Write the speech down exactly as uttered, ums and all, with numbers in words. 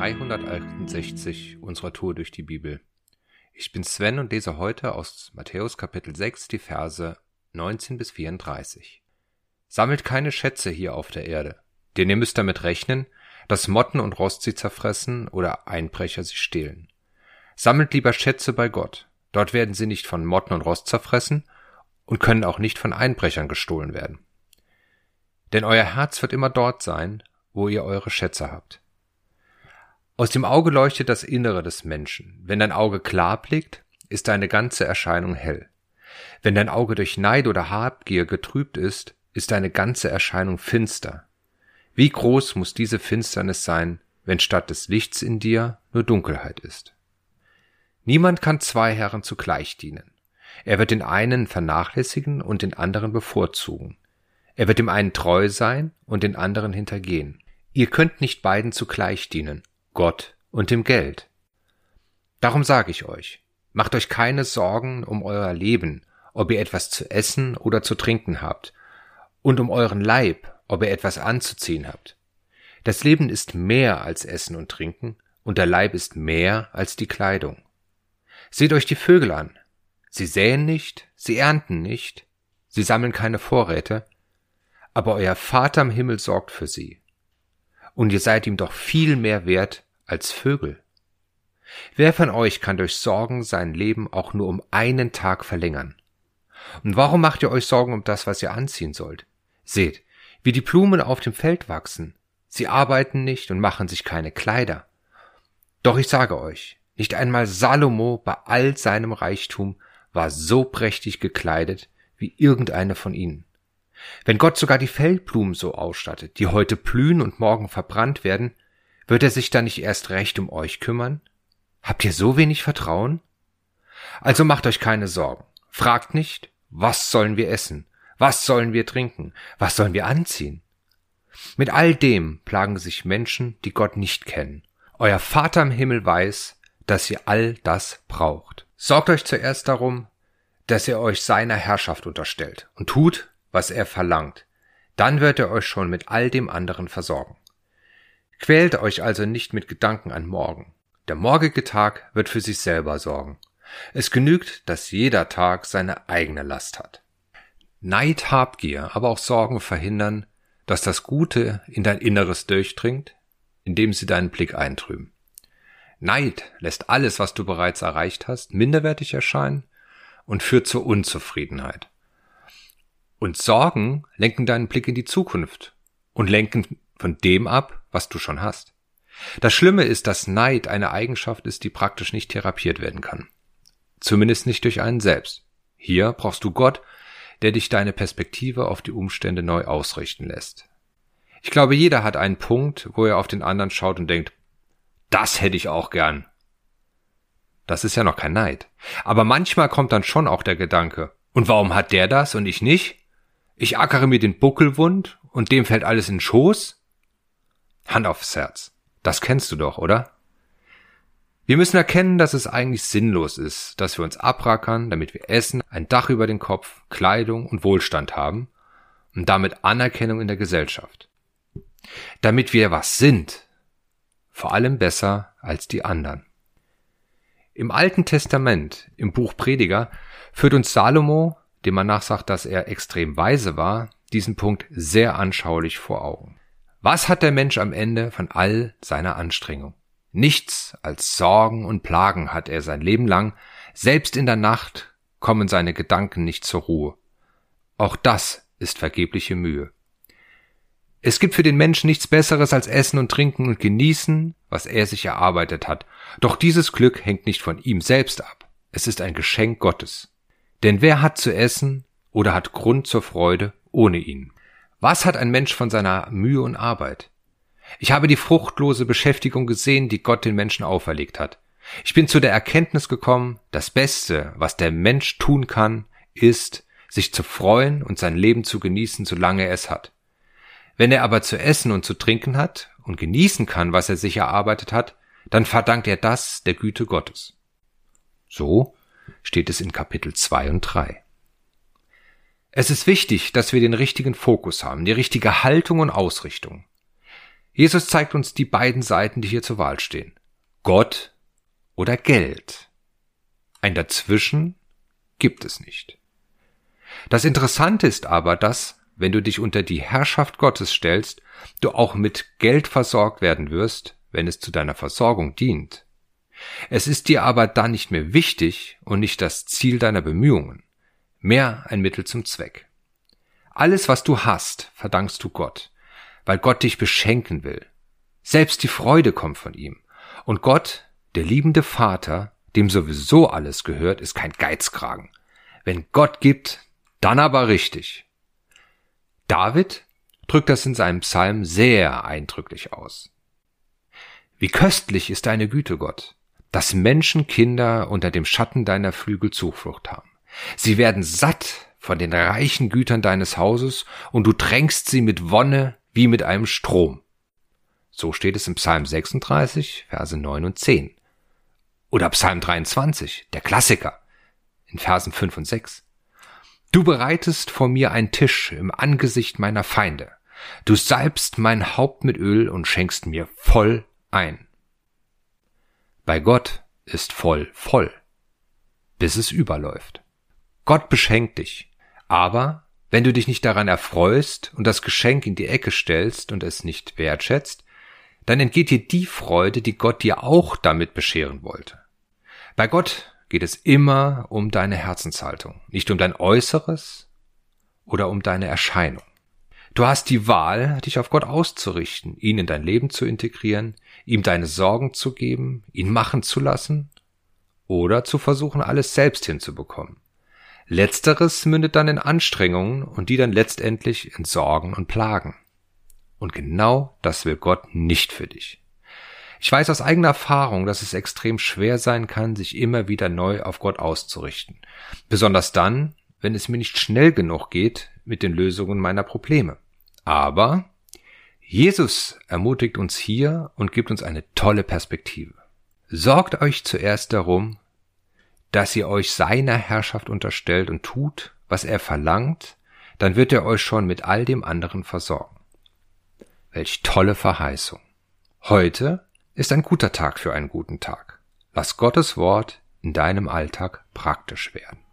dreihundertachtundsechzig unserer Tour durch die Bibel. Ich bin Sven und lese heute aus Matthäus Kapitel sechs die Verse neunzehn bis vierunddreißig. Sammelt keine Schätze hier auf der Erde, denn ihr müsst damit rechnen, dass Motten und Rost sie zerfressen oder Einbrecher sie stehlen. Sammelt lieber Schätze bei Gott, dort werden sie nicht von Motten und Rost zerfressen und können auch nicht von Einbrechern gestohlen werden. Denn euer Herz wird immer dort sein, wo ihr eure Schätze habt. Aus dem Auge leuchtet das Innere des Menschen. Wenn dein Auge klar blickt, ist deine ganze Erscheinung hell. Wenn dein Auge durch Neid oder Habgier getrübt ist, ist deine ganze Erscheinung finster. Wie groß muss diese Finsternis sein, wenn statt des Lichts in dir nur Dunkelheit ist? Niemand kann zwei Herren zugleich dienen. Er wird den einen vernachlässigen und den anderen bevorzugen. Er wird dem einen treu sein und den anderen hintergehen. Ihr könnt nicht beiden zugleich dienen, Gott und dem Geld. Darum sage ich euch, macht euch keine Sorgen um euer Leben, ob ihr etwas zu essen oder zu trinken habt, und um euren Leib, ob ihr etwas anzuziehen habt. Das Leben ist mehr als Essen und Trinken, und der Leib ist mehr als die Kleidung. Seht euch die Vögel an. Sie säen nicht, sie ernten nicht, sie sammeln keine Vorräte, aber euer Vater im Himmel sorgt für sie. Und ihr seid ihm doch viel mehr wert als Vögel. Wer von euch kann durch Sorgen sein Leben auch nur um einen Tag verlängern? Und warum macht ihr euch Sorgen um das, was ihr anziehen sollt? Seht, wie die Blumen auf dem Feld wachsen. Sie arbeiten nicht und machen sich keine Kleider. Doch ich sage euch, nicht einmal Salomo bei all seinem Reichtum war so prächtig gekleidet wie irgendeine von ihnen. Wenn Gott sogar die Feldblumen so ausstattet, die heute blühen und morgen verbrannt werden, wird er sich dann nicht erst recht um euch kümmern? Habt ihr so wenig Vertrauen? Also macht euch keine Sorgen. Fragt nicht, was sollen wir essen? Was sollen wir trinken? Was sollen wir anziehen? Mit all dem plagen sich Menschen, die Gott nicht kennen. Euer Vater im Himmel weiß, dass ihr all das braucht. Sorgt euch zuerst darum, dass ihr euch seiner Herrschaft unterstellt und tut, was er verlangt. Dann wird er euch schon mit all dem anderen versorgen. Quält euch also nicht mit Gedanken an morgen. Der morgige Tag wird für sich selber sorgen. Es genügt, dass jeder Tag seine eigene Last hat. Neid, Habgier, aber auch Sorgen verhindern, dass das Gute in dein Inneres durchdringt, indem sie deinen Blick eintrüben. Neid lässt alles, was du bereits erreicht hast, minderwertig erscheinen und führt zur Unzufriedenheit. Und Sorgen lenken deinen Blick in die Zukunft und lenken von dem ab, was du schon hast. Das Schlimme ist, dass Neid eine Eigenschaft ist, die praktisch nicht therapiert werden kann. Zumindest nicht durch einen selbst. Hier brauchst du Gott, der dich deine Perspektive auf die Umstände neu ausrichten lässt. Ich glaube, jeder hat einen Punkt, wo er auf den anderen schaut und denkt, das hätte ich auch gern. Das ist ja noch kein Neid. Aber manchmal kommt dann schon auch der Gedanke, und warum hat der das und ich nicht? Ich ackere mir den Buckel wund und dem fällt alles in den Schoß? Hand aufs Herz. Das kennst du doch, oder? Wir müssen erkennen, dass es eigentlich sinnlos ist, dass wir uns abrackern, damit wir essen, ein Dach über den Kopf, Kleidung und Wohlstand haben und damit Anerkennung in der Gesellschaft. Damit wir was sind, vor allem besser als die anderen. Im Alten Testament, im Buch Prediger, führt uns Salomo, dem man nachsagt, dass er extrem weise war, diesen Punkt sehr anschaulich vor Augen. Was hat der Mensch am Ende von all seiner Anstrengung? Nichts als Sorgen und Plagen hat er sein Leben lang. Selbst in der Nacht kommen seine Gedanken nicht zur Ruhe. Auch das ist vergebliche Mühe. Es gibt für den Menschen nichts Besseres als Essen und Trinken und Genießen, was er sich erarbeitet hat. Doch dieses Glück hängt nicht von ihm selbst ab. Es ist ein Geschenk Gottes. Denn wer hat zu essen oder hat Grund zur Freude ohne ihn? Was hat ein Mensch von seiner Mühe und Arbeit? Ich habe die fruchtlose Beschäftigung gesehen, die Gott den Menschen auferlegt hat. Ich bin zu der Erkenntnis gekommen, das Beste, was der Mensch tun kann, ist, sich zu freuen und sein Leben zu genießen, solange er es hat. Wenn er aber zu essen und zu trinken hat und genießen kann, was er sich erarbeitet hat, dann verdankt er das der Güte Gottes. So steht es in Kapitel zwei und drei. Es ist wichtig, dass wir den richtigen Fokus haben, die richtige Haltung und Ausrichtung. Jesus zeigt uns die beiden Seiten, die hier zur Wahl stehen. Gott oder Geld. Ein Dazwischen gibt es nicht. Das Interessante ist aber, dass, wenn du dich unter die Herrschaft Gottes stellst, du auch mit Geld versorgt werden wirst, wenn es zu deiner Versorgung dient. Es ist dir aber dann nicht mehr wichtig und nicht das Ziel deiner Bemühungen, mehr ein Mittel zum Zweck. Alles, was du hast, verdankst du Gott, weil Gott dich beschenken will. Selbst die Freude kommt von ihm. Und Gott, der liebende Vater, dem sowieso alles gehört, ist kein Geizkragen. Wenn Gott gibt, dann aber richtig. David drückt das in seinem Psalm sehr eindrücklich aus. Wie köstlich ist deine Güte, Gott, dass Menschenkinder unter dem Schatten deiner Flügel Zuflucht haben. Sie werden satt von den reichen Gütern deines Hauses und du tränkst sie mit Wonne wie mit einem Strom. So steht es im Psalm sechsunddreißig, Verse neun und zehn. Oder Psalm dreiundzwanzig, der Klassiker, in Versen fünf und sechs. Du bereitest vor mir einen Tisch im Angesicht meiner Feinde. Du salbst mein Haupt mit Öl und schenkst mir voll ein. Bei Gott ist voll voll, bis es überläuft. Gott beschenkt dich, aber wenn du dich nicht daran erfreust und das Geschenk in die Ecke stellst und es nicht wertschätzt, dann entgeht dir die Freude, die Gott dir auch damit bescheren wollte. Bei Gott geht es immer um deine Herzenshaltung, nicht um dein Äußeres oder um deine Erscheinung. Du hast die Wahl, dich auf Gott auszurichten, ihn in dein Leben zu integrieren, ihm deine Sorgen zu geben, ihn machen zu lassen oder zu versuchen, alles selbst hinzubekommen. Letzteres mündet dann in Anstrengungen und die dann letztendlich in Sorgen und Plagen. Und genau das will Gott nicht für dich. Ich weiß aus eigener Erfahrung, dass es extrem schwer sein kann, sich immer wieder neu auf Gott auszurichten. Besonders dann, wenn es mir nicht schnell genug geht mit den Lösungen meiner Probleme. Aber Jesus ermutigt uns hier und gibt uns eine tolle Perspektive. Sorgt euch zuerst darum, dass ihr euch seiner Herrschaft unterstellt und tut, was er verlangt, dann wird er euch schon mit all dem anderen versorgen. Welch tolle Verheißung. Heute ist ein guter Tag für einen guten Tag. Lass Gottes Wort in deinem Alltag praktisch werden.